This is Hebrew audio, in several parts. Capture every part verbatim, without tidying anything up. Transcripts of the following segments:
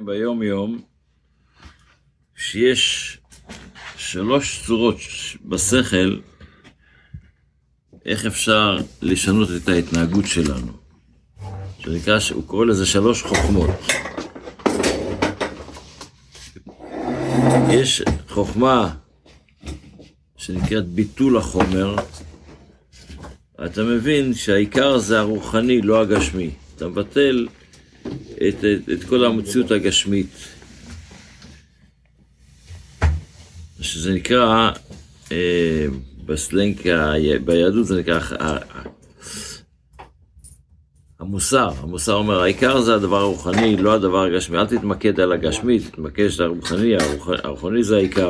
ביום יום שיש שלוש צורות בשכל איך אפשר לשנות את ההתנהגות שלנו. שנקרא, הוא קורא לזה שלוש חוכמות. יש חוכמה שנקראת ביטול החומר. אתה מבין שהעיקר זה הרוחני, לא הגשמי. אתה מבטל את, את, את כל המציאות הגשמית. שזה נקרא, אה, בסלנג, ביהדות זה נקרא המוסר. המוסר אומר, העיקר זה הדבר הרוחני, לא הדבר הגשמי. אל תתמקד על הגשמי, תתמקד על הרוחני, הרוחני זה העיקר.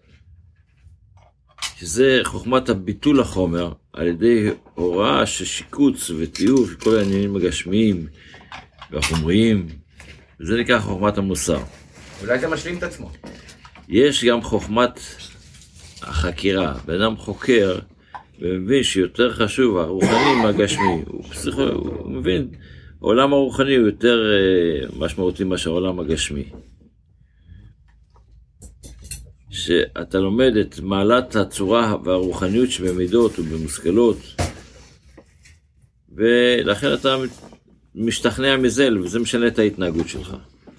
שזה חוכמת הביטול החומר, על ידי הוראה ששיקוץ וטיוב כל העניינים הגשמיים והחומריים, וזה נקרא חוכמת המוסר. אולי זה משלים את עצמו. יש גם חוכמת החקירה. בן אדם חוקר ומבין שיותר חשוב הרוחני מהגשמי. הוא, פסיכו, הוא מבין, העולם הרוחני הוא יותר משמעותי מאשר העולם הגשמי. שאתה לומד את מעלת הצורה והרוחניות שבמידות ובמושכלות, ולכן אתה משתכנע מזה, וזה משנה את ההתנהגות שלך.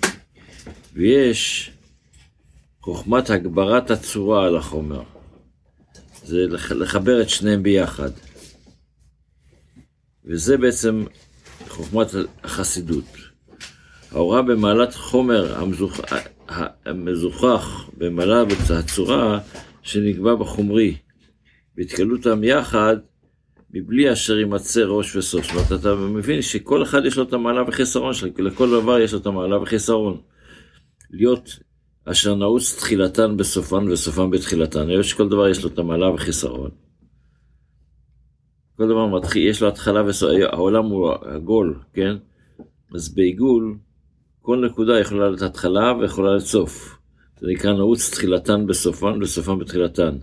ויש חוכמת הגברת הצורה על החומר. זה לחבר את שניהם ביחד. וזה בעצם חוכמת החסידות. ההוראה במעלת חומר המזוכ... המזוכח במעלת הצורה שנקבע בחומרי. והתקלותם יחד מבלי אשר יימצא ראש וסוף. זאת אומרת, אתה מבין שכל אחד יש לו את המעלה וחיסרון שלו, לכל דבר יש לו את המעלה וחיסרון. להיות אשר נעוץ תחילתן בסופן וסופן בתחילתן. יש כל דבר יש לו את המעלה וחיסרון. כל דבר מתחיל, יש לו התחלה וסוף. העולם הוא עגול, כן? אז בעיגול, כל נקודה יכולה להיות התחלה ויכולה להיות סוף. זה נקרא נעוץ תחילתן בסופן וסופן בתחילתן.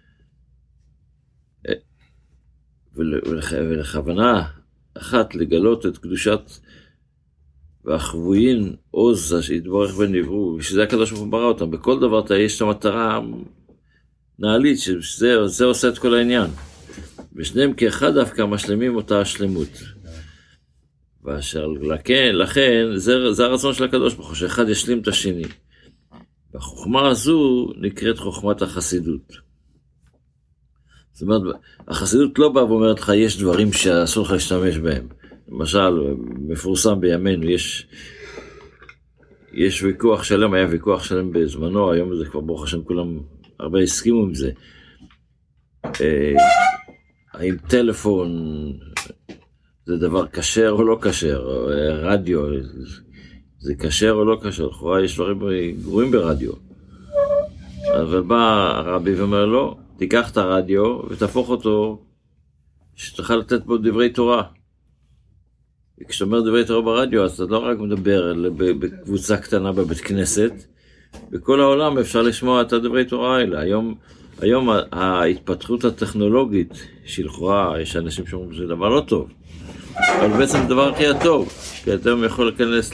ולכוונה אחת לגלות את קדושת והחבויים עוז שהתברך ונבראו, ושזה הקדוש ברוך הוא ברא אותם. בכל דבר אתה יש את המטרה נעלית, שזה זה עושה את כל העניין. ושניהם כאחד דווקא משלמים אותה השלמות. ואשר לכן, לכן זה, זה הרצון של הקדוש ברוך הוא, שאחד ישלים את השני. והחוכמה הזו נקראת חוכמת החסידות. זאת אומרת, החסידות לא באה ואומרת לך, יש דברים שאסור לך להשתמש בהם. למשל, מפורסם בימינו, יש, יש ויכוח שלם, היה ויכוח שלם בזמנו, היום זה כבר ברוך השם כולם הרבה הסכימו עם זה. האם טלפון זה דבר כשר או לא כשר, רדיו זה כשר או לא כשר, לכאורה יש דברים גרועים ברדיו. אבל בא הרבי ואומר לו, תיקח את הרדיו ותהפוך אותו שתוכל לתת בו דברי תורה. כשאתה אומר דברי תורה ברדיו, אז אתה לא רק מדבר בקבוצה קטנה בבית כנסת, בכל העולם אפשר לשמוע את הדברי תורה האלה. היום, היום ההתפתחות הטכנולוגית שלכאורה, יש אנשים שאומרים שזה דבר לא טוב, אבל בעצם זה דבר הכי הטוב, כי אתה יכול להיכנס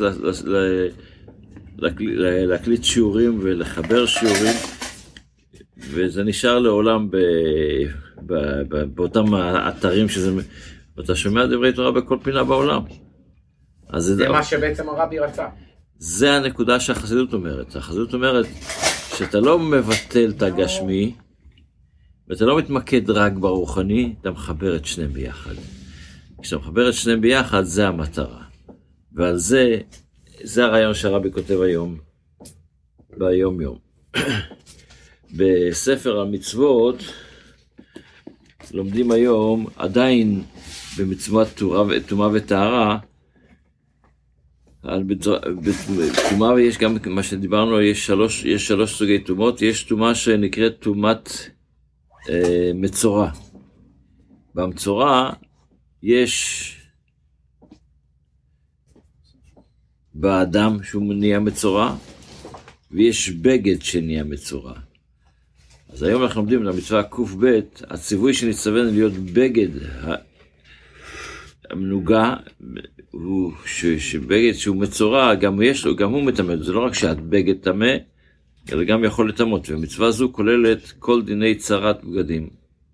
להקליט שיעורים ולחבר שיעורים, וזה נשאר לעולם ב, ב, ב, באותם האתרים שזה, ואתה שומע דברי תורה בכל פינה בעולם. אז זה, זה מה שבעצם הרבי רצה. זה הנקודה שהחסידות אומרת. החסידות אומרת שאתה לא מבטל את הגשמי, ואתה לא מתמקד רק ברוחני, אתה מחבר את שניהם ביחד. כשאתה מחבר את שניהם ביחד, זה המטרה. ועל זה, זה הרעיון שהרבי כותב היום, ביום יום. בספר המצוות לומדים היום עדיין במצוות טומאה וטהרה. בטומאה ויש גם מה שדיברנו, יש שלוש, יש שלוש סוגי טומאות. יש טומאה שנקראת טומאת אה, מצורע. במצורע יש באדם שהוא נהיה מצורע, ויש בגד שנהיה מצורע. אז היום אנחנו לומדים למצווה קוף ב', הציווי שנצטווינו להיות בגד המנוגה, הוא ש, שבגד שהוא מצורע, גם יש לו, גם הוא מטמא, זה לא רק שהבגד טמא, אלא גם יכול לטמאות, ומצווה זו כוללת כל דיני צרת בגדים.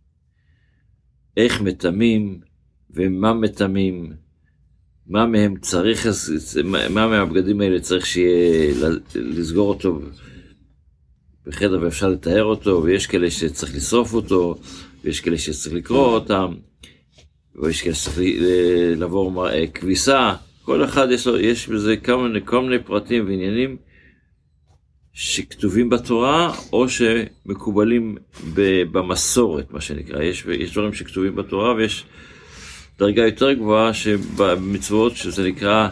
איך מטמאים, ומה מטמאים, מה מהם צריך, מה מהבגדים האלה צריך שיהיה, לסגור אותו בחדר ואפשר לתאר אותו, ויש כאלה שצריך לשרוף אותו, ויש כאלה שצריך לקרוא אותם, ויש כאלה שצריך לעבור כביסה, כל אחד יש לו, יש בזה כל, כל מיני פרטים ועניינים שכתובים בתורה, או שמקובלים במסורת, מה שנקרא. יש, יש דברים שכתובים בתורה, ויש דרגה יותר גבוהה שבמצוות שזה נקרא,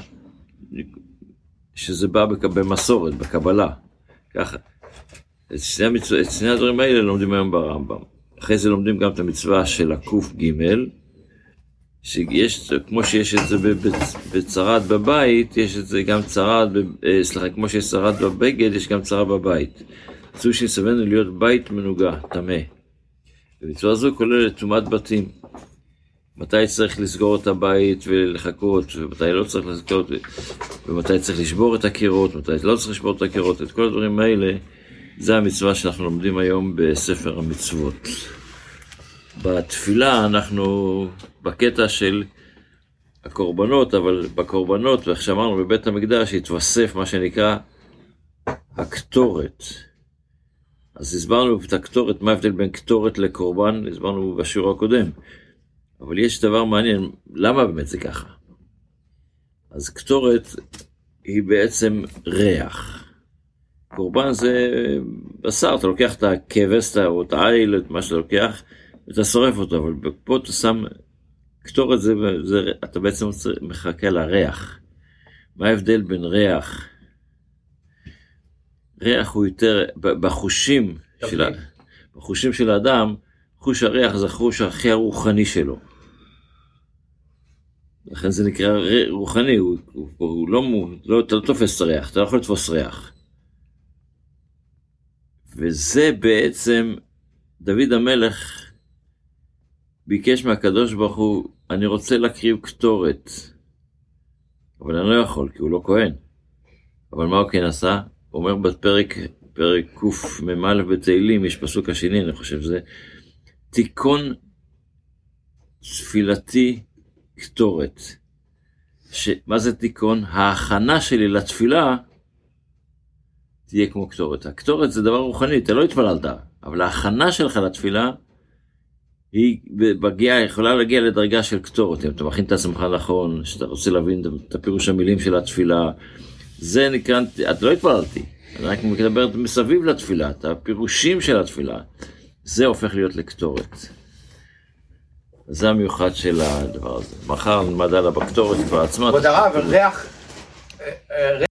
שזה בא במסורת, בקבלה. ככה. את שני, המצו... את שני הדברים האלה לומדים היום ברמב"ם. אחרי זה לומדים גם את המצווה של הקוף ג' שיש, כמו שיש את זה בצרת בבית, יש את זה גם צרת, סליחה, כמו שיש צרת בבגד, יש גם צרה בבית. זו שנסבנו להיות בית מנוגה, טמא. ומצווה זו כוללת טומאת בתים. מתי צריך לסגור את הבית ולחכות, ומתי לא צריך לסגור, ומתי צריך לשבור את הקירות, מתי לא צריך לשבור את הקירות, את כל הדברים האלה, זה המצווה שאנחנו לומדים היום בספר המצוות. בתפילה אנחנו בקטע של הקורבנות, אבל בקורבנות, ואיך שאמרנו בבית המקדש, התווסף מה שנקרא הקטורת. אז הסברנו את הקטורת, מה ההבדל בין קטורת לקורבן, הסברנו בשיעור הקודם. אבל יש דבר מעניין, למה באמת זה ככה? אז קטורת היא בעצם ריח. קורבן זה בשר, אתה לוקח את הכבש או את העיל, את מה שאתה לוקח, ואתה שורף אותו, אבל פה אתה שם, קטורת זה, זה, אתה בעצם מחכה לריח. מה ההבדל בין ריח? ריח הוא יותר, בחושים של, בחושים של האדם, חוש הריח זה החוש הכי הרוחני שלו. לכן זה נקרא רוחני, הוא, הוא, הוא לא, לא, אתה לא תופס ריח, אתה לא יכול לתפוס ריח. וזה בעצם, דוד המלך ביקש מהקדוש ברוך הוא, אני רוצה להקריב קטורת, אבל אני לא יכול, כי הוא לא כהן. אבל מה הוא כן עשה? הוא אומר בפרק, פרק קוף ממלא בתהילים, יש פסוק השני, אני חושב שזה, תיקון תפילתי קטורת. ש... מה זה תיקון? ההכנה שלי לתפילה תהיה כמו קטורת. הקטורת זה דבר רוחני, אתה לא התפללת, אבל ההכנה שלך לתפילה היא בגיעה, יכולה להגיע לדרגה של קטורת. אם אתה מכין את עצמך נכון, שאתה רוצה להבין את הפירוש המילים של התפילה, זה נקרא, את לא התפללתי, אני רק מדברת מסביב לתפילה, את הפירושים של התפילה, זה הופך להיות לקטורת. זה המיוחד של הדבר הזה. מחר נמד על הבקטורת כבר עצמה. כבוד הרב, ריח...